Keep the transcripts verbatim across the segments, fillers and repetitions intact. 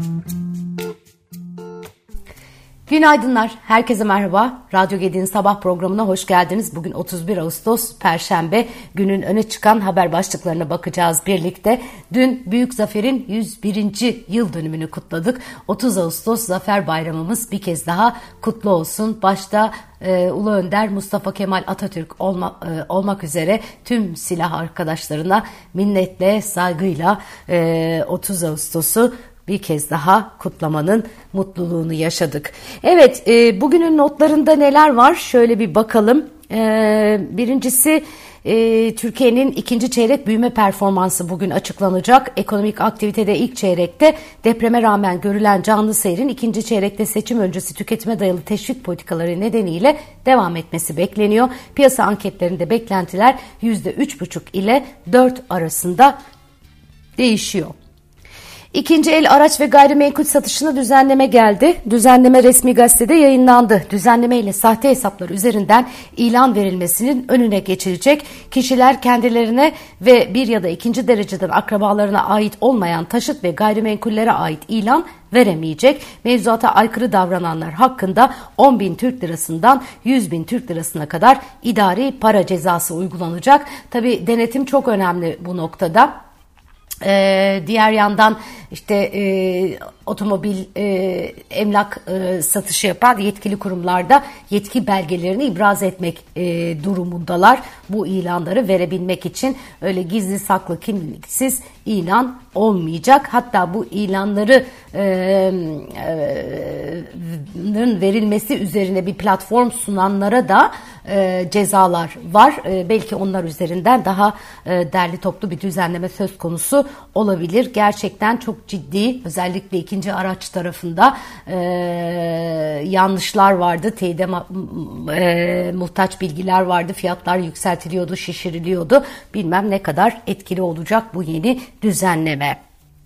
Günaydınlar, herkese merhaba. Radyo Gedi'nin sabah programına hoş geldiniz. Bugün otuz bir Ağustos Perşembe, günün öne çıkan haber başlıklarına bakacağız birlikte. Dün Büyük Zafer'in yüz birinci yıl dönümünü kutladık. otuz Ağustos Zafer Bayramımız bir kez daha kutlu olsun. Başta e, Ulu Önder Mustafa Kemal Atatürk olma, e, olmak üzere tüm silah arkadaşlarına minnetle, saygıyla e, otuz Ağustos'u bir kez daha kutlamanın mutluluğunu yaşadık. Evet, e, bugünün notlarında neler var? Şöyle bir bakalım. E, birincisi e, Türkiye'nin ikinci çeyrek büyüme performansı bugün açıklanacak. Ekonomik aktivitede ilk çeyrekte depreme rağmen görülen canlı seyrin ikinci çeyrekte seçim öncesi tüketime dayalı teşvik politikaları nedeniyle devam etmesi bekleniyor. Piyasa anketlerinde beklentiler yüzde üç buçuk ile dört arasında değişiyor. İkinci el araç ve gayrimenkul satışına düzenleme geldi. Düzenleme resmi gazetede yayınlandı. Düzenleme ile sahte hesaplar üzerinden ilan verilmesinin önüne geçilecek. Kişiler kendilerine ve bir ya da ikinci dereceden akrabalarına ait olmayan taşıt ve gayrimenkullere ait ilan veremeyecek. Mevzuata aykırı davrananlar hakkında on bin Türk lirasından yüz bin Türk lirasına kadar idari para cezası uygulanacak. Tabii denetim çok önemli bu noktada. Ee, diğer yandan işte e, otomobil e, emlak e, satışı yapan yetkili kurumlarda yetki belgelerini ibraz etmek e, durumundalar. Bu ilanları verebilmek için öyle gizli saklı kimliksiz ilan olmayacak. Hatta bu ilanları e, e, verilmesi üzerine bir platform sunanlara da e, cezalar var. E, belki onlar üzerinden daha e, derli toplu bir düzenleme söz konusu olabilir. Gerçekten çok ciddi, özellikle ikinci araç tarafında e, yanlışlar vardı. Teyide e, muhtaç bilgiler vardı. Fiyatlar yükseltiliyordu, şişiriliyordu. Bilmem ne kadar etkili olacak bu yeni düzenleme.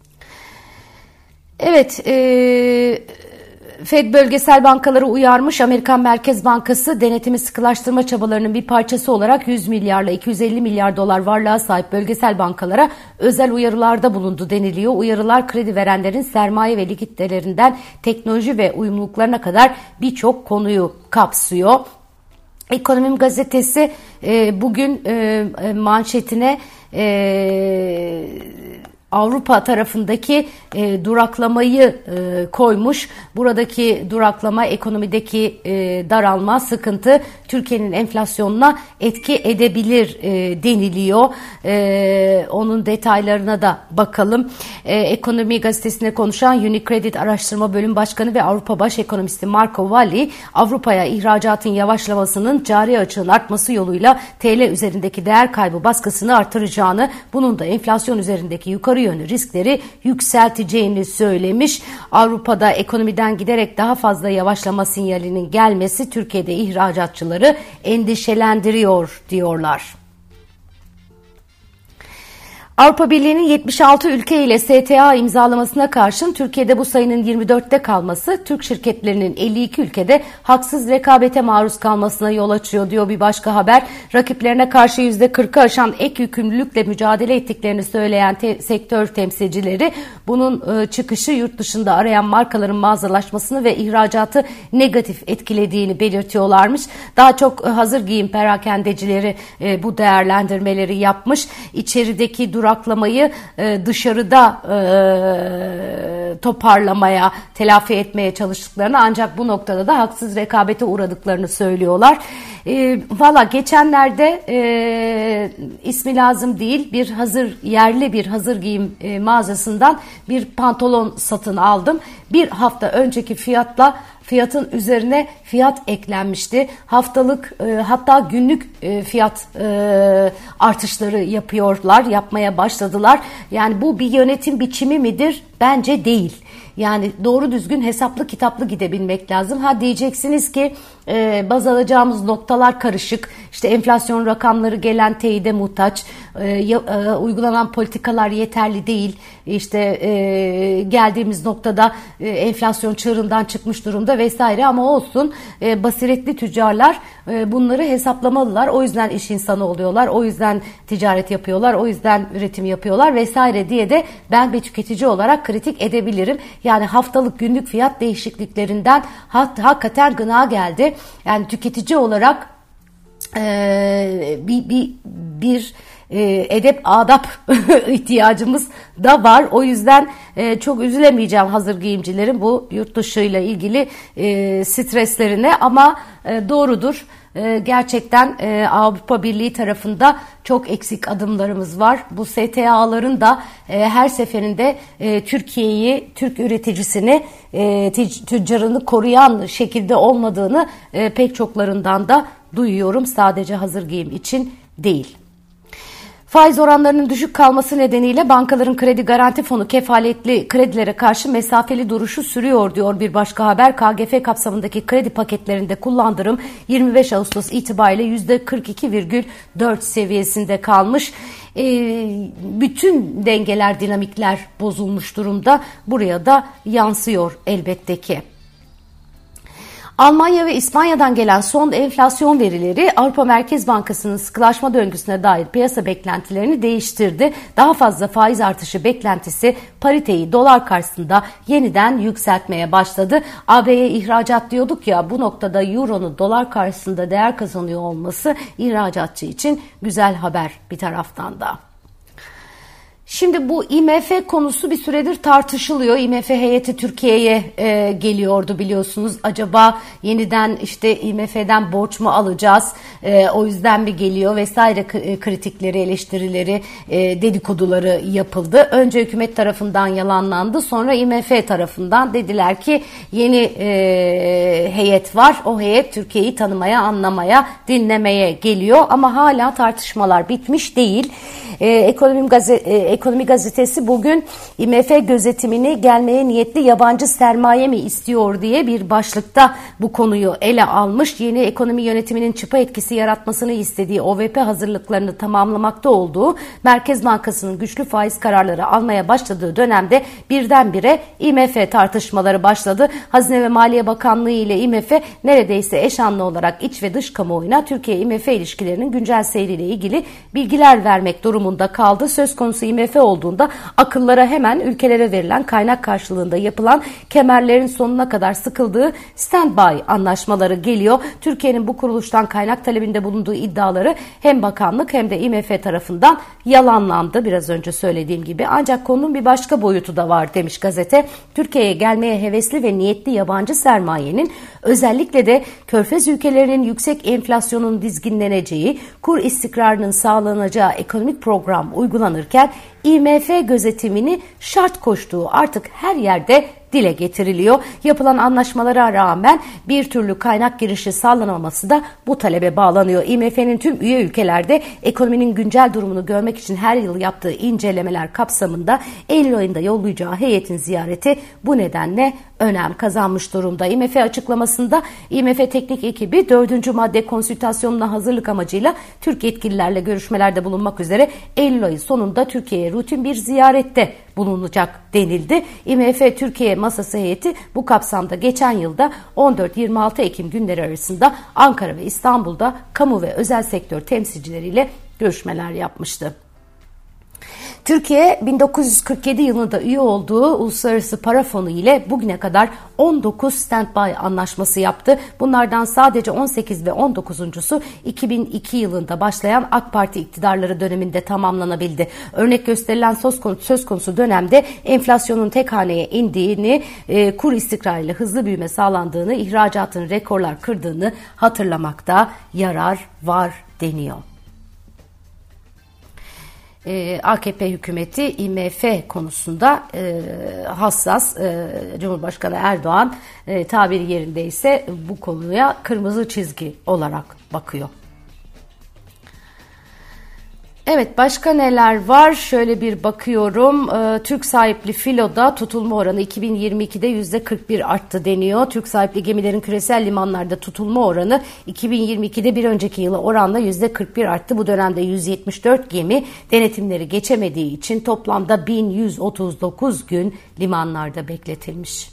Evet, e, Fed bölgesel bankaları uyarmış. Amerikan Merkez Bankası denetimi sıkılaştırma çabalarının bir parçası olarak yüz milyarla iki yüz elli milyar dolar varlığa sahip bölgesel bankalara özel uyarılarda bulundu deniliyor. Uyarılar kredi verenlerin sermaye ve likiditelerinden teknoloji ve uyumluluklarına kadar birçok konuyu kapsıyor. Ekonomim gazetesi e, bugün e, manşetine e, Avrupa tarafındaki e, duraklamayı e, koymuş. Buradaki duraklama, ekonomideki e, daralma, sıkıntı Türkiye'nin enflasyonuna etki edebilir e, deniliyor. E, onun detaylarına da bakalım. E, Ekonomi gazetesine konuşan Unicredit Araştırma Bölüm Başkanı ve Avrupa Baş Ekonomisti Marco Valli, Avrupa'ya ihracatın yavaşlamasının cari açığın artması yoluyla T L üzerindeki değer kaybı baskısını artıracağını, bunun da enflasyon üzerindeki yukarı yönlü riskleri yükselteceğini söylemiş. Avrupa'da ekonomiden giderek daha fazla yavaşlama sinyalinin gelmesi Türkiye'de ihracatçıları endişelendiriyor diyorlar. Avrupa Birliği'nin yetmiş altı ülke ile S T A imzalamasına karşın Türkiye'de bu sayının yirmi dörtte kalması Türk şirketlerinin elli iki ülkede haksız rekabete maruz kalmasına yol açıyor diyor bir başka haber. Rakiplerine karşı yüzde kırkı aşan ek yükümlülükle mücadele ettiklerini söyleyen te- sektör temsilcileri bunun e, çıkışı yurt dışında arayan markaların mağazalaşmasını ve ihracatı negatif etkilediğini belirtiyorlarmış. Daha çok e, hazır giyim perakendecileri e, bu değerlendirmeleri yapmış. İçerideki durum duraklamayı e, dışarıda e, toparlamaya, telafi etmeye çalıştıklarını, ancak bu noktada da haksız rekabete uğradıklarını söylüyorlar. E, Valla geçenlerde e, ismi lazım değil, bir hazır yerli bir hazır giyim e, mağazasından bir pantolon satın aldım. Bir hafta önceki fiyatla fiyatın üzerine fiyat eklenmişti. Haftalık e, hatta günlük e, fiyat e, artışları yapıyorlar, yapmaya başladılar. Yani bu bir yönetim biçimi midir? Bence değil. Yani doğru düzgün hesaplı kitaplı gidebilmek lazım. Ha diyeceksiniz ki e, baz alacağımız noktalar karışık. İşte enflasyon rakamları gelen teyide muhtaç. E, e, uygulanan politikalar yeterli değil. İşte e, geldiğimiz noktada e, enflasyon çığırından çıkmış durumda vesaire, ama olsun, e, basiretli tüccarlar e, bunları hesaplamalılar. O yüzden iş insanı oluyorlar. O yüzden ticaret yapıyorlar. O yüzden üretim yapıyorlar vesaire diye de ben bir tüketici olarak kritik edebilirim. Yani haftalık günlük fiyat değişikliklerinden hak, hakikaten gına geldi. Yani tüketici olarak e, bir, bir, bir e, edep adap ihtiyacımız da var. O yüzden e, çok üzülemeyeceğim hazır giyimcilerin bu yurt dışıyla ilgili e, streslerine, ama e, doğrudur. Gerçekten Avrupa Birliği tarafında çok eksik adımlarımız var. Bu S T A'ların da her seferinde Türkiye'yi, Türk üreticisini, tüccarını koruyan şekilde olmadığını pek çoklarından da duyuyorum. Sadece hazır giyim için değil. Faiz oranlarının düşük kalması nedeniyle bankaların kredi garanti fonu kefaletli kredilere karşı mesafeli duruşu sürüyor diyor bir başka haber. K G F kapsamındaki kredi paketlerinde kullandırım yirmi beş Ağustos itibariyle yüzde kırk iki virgül dört seviyesinde kalmış. E, bütün dengeler, dinamikler bozulmuş durumda. Buraya da yansıyor elbette ki. Almanya ve İspanya'dan gelen son enflasyon verileri Avrupa Merkez Bankası'nın sıkılaşma döngüsüne dair piyasa beklentilerini değiştirdi. Daha fazla faiz artışı beklentisi pariteyi dolar karşısında yeniden yükseltmeye başladı. A B'ye ihracat diyorduk ya, bu noktada euronun dolar karşısında değer kazanıyor olması ihracatçı için güzel haber bir taraftan da. Şimdi bu I M F konusu bir süredir tartışılıyor. I M F heyeti Türkiye'ye e, geliyordu biliyorsunuz. Acaba yeniden işte I M F'den borç mu alacağız? E, o yüzden mi geliyor vesaire kritikleri, eleştirileri, e, dedikoduları yapıldı. Önce hükümet tarafından yalanlandı. Sonra I M F tarafından dediler ki yeni e, heyet var. O heyet Türkiye'yi tanımaya, anlamaya, dinlemeye geliyor. Ama hala tartışmalar bitmiş değil. E, Ekonomi Gazete, e, Ekonomi Gazetesi bugün I M F gözetimini gelmeye niyetli yabancı sermaye mi istiyor diye bir başlıkta bu konuyu ele almış. Yeni ekonomi yönetiminin çıpa etkisi yaratmasını istediği O V P hazırlıklarını tamamlamakta olduğu Merkez Bankası'nın güçlü faiz kararları almaya başladığı dönemde birdenbire I M F tartışmaları başladı. Hazine ve Maliye Bakanlığı ile I M F neredeyse eş anlı olarak iç ve dış kamuoyuna Türkiye-I M F ilişkilerinin güncel seyriyle ilgili bilgiler vermek durumunda kaldı. Söz konusu I M F olduğunda akıllara hemen ülkelere verilen kaynak karşılığında yapılan kemerlerin sonuna kadar sıkıldığı stand-by anlaşmaları geliyor. Türkiye'nin bu kuruluştan kaynak talebinde bulunduğu iddiaları hem bakanlık hem de I M F tarafından yalanlandı biraz önce söylediğim gibi. Ancak konunun bir başka boyutu da var demiş gazete. Türkiye'ye gelmeye hevesli ve niyetli yabancı sermayenin özellikle de Körfez ülkelerinin yüksek enflasyonun dizginleneceği, kur istikrarının sağlanacağı ekonomik program uygulanırken I M F gözetimini şart koştuğu artık her yerde dile getiriliyor. Yapılan anlaşmalara rağmen bir türlü kaynak girişi sağlanamaması da bu talebe bağlanıyor. I M F'nin tüm üye ülkelerde ekonominin güncel durumunu görmek için her yıl yaptığı incelemeler kapsamında Eylül ayında yollayacağı heyetin ziyareti bu nedenle önem kazanmış durumda. I M F açıklamasında I M F teknik ekibi dördüncü madde konsültasyonuna hazırlık amacıyla Türk yetkililerle görüşmelerde bulunmak üzere Eylül ayı sonunda Türkiye'ye rutin bir ziyarette bulunacak denildi. I M F Türkiye Masası heyeti bu kapsamda geçen yılda on dört yirmi altı Ekim günleri arasında Ankara ve İstanbul'da kamu ve özel sektör temsilcileriyle görüşmeler yapmıştı. Türkiye bin dokuz yüz kırk yedi yılında üye olduğu Uluslararası Para Fonu ile bugüne kadar on dokuz stand-by anlaşması yaptı. Bunlardan sadece on sekiz ve on dokuzuncusu iki bin iki yılında başlayan AK Parti iktidarları döneminde tamamlanabildi. Örnek gösterilen söz konusu, söz konusu dönemde enflasyonun tek haneye indiğini, e, kur istikrarıyla hızlı büyüme sağlandığını, ihracatın rekorlar kırdığını hatırlamakta yarar var deniyor. A K P hükümeti I M F konusunda e, hassas. E, Cumhurbaşkanı Erdoğan e, tabiri yerindeyse bu konuya kırmızı çizgi olarak bakıyor. Evet, başka neler var? Şöyle bir bakıyorum. Ee, Türk sahipli filoda tutulma oranı iki bin yirmi ikide yüzde kırk bir arttı deniyor. Türk sahipli gemilerin küresel limanlarda tutulma oranı iki bin yirmi ikide bir önceki yıla oranla yüzde kırk bir arttı. Bu dönemde yüz yetmiş dört gemi denetimleri geçemediği için toplamda bin yüz otuz dokuz gün limanlarda bekletilmiş.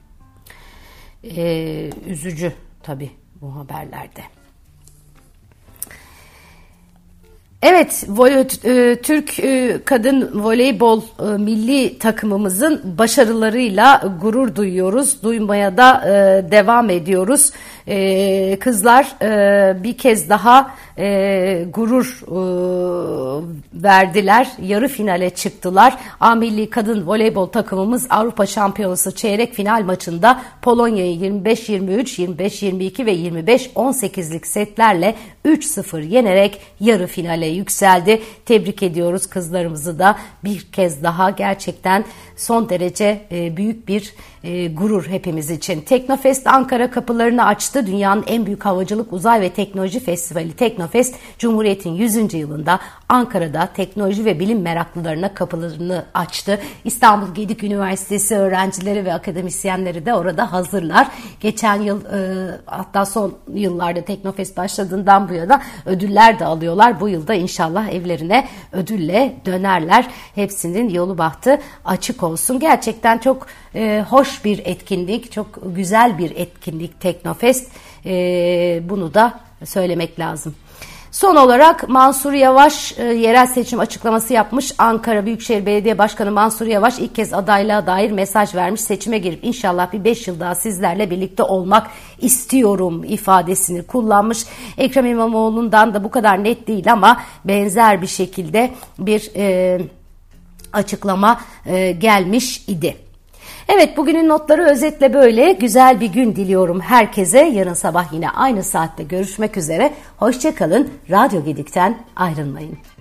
Ee, üzücü tabii bu haberlerde. Evet, Türk kadın voleybol milli takımımızın başarılarıyla gurur duyuyoruz. Duymaya da devam ediyoruz. Kızlar bir kez daha gurur verdiler. Yarı finale çıktılar. A milli kadın voleybol takımımız Avrupa Şampiyonası çeyrek final maçında Polonya'yı yirmi beş yirmi üç, yirmi beş yirmi iki ve yirmi beş on sekizlik setlerle üç sıfır yenerek yarı finale yükseldi. Tebrik ediyoruz kızlarımızı da bir kez daha, gerçekten son derece e, büyük bir e, gurur hepimiz için. Teknofest Ankara kapılarını açtı. Dünyanın en büyük havacılık, uzay ve teknoloji festivali Teknofest, Cumhuriyet'in yüzüncü yılında Ankara'da teknoloji ve bilim meraklılarına kapılarını açtı. İstanbul Gedik Üniversitesi öğrencileri ve akademisyenleri de orada hazırlar. Geçen yıl e, hatta son yıllarda Teknofest başladığından bu yana ödüller de alıyorlar. Bu yılda inşallah evlerine ödülle dönerler. Hepsinin yolu bahtı açık olsun. Gerçekten çok e, hoş bir etkinlik, çok güzel bir etkinlik Teknofest. E, bunu da söylemek lazım. Son olarak Mansur Yavaş e, yerel seçim açıklaması yapmış. Ankara Büyükşehir Belediye Başkanı Mansur Yavaş ilk kez adaylığa dair mesaj vermiş. Seçime girip inşallah bir beş yıl daha sizlerle birlikte olmak istiyorum ifadesini kullanmış. Ekrem İmamoğlu'ndan da bu kadar net değil ama benzer bir şekilde bir e, açıklama e, gelmiş idi. Evet, bugünün notları özetle böyle. Güzel bir gün diliyorum herkese. Yarın sabah yine aynı saatte görüşmek üzere. Hoşça kalın. Radyo Gedik'ten ayrılmayın.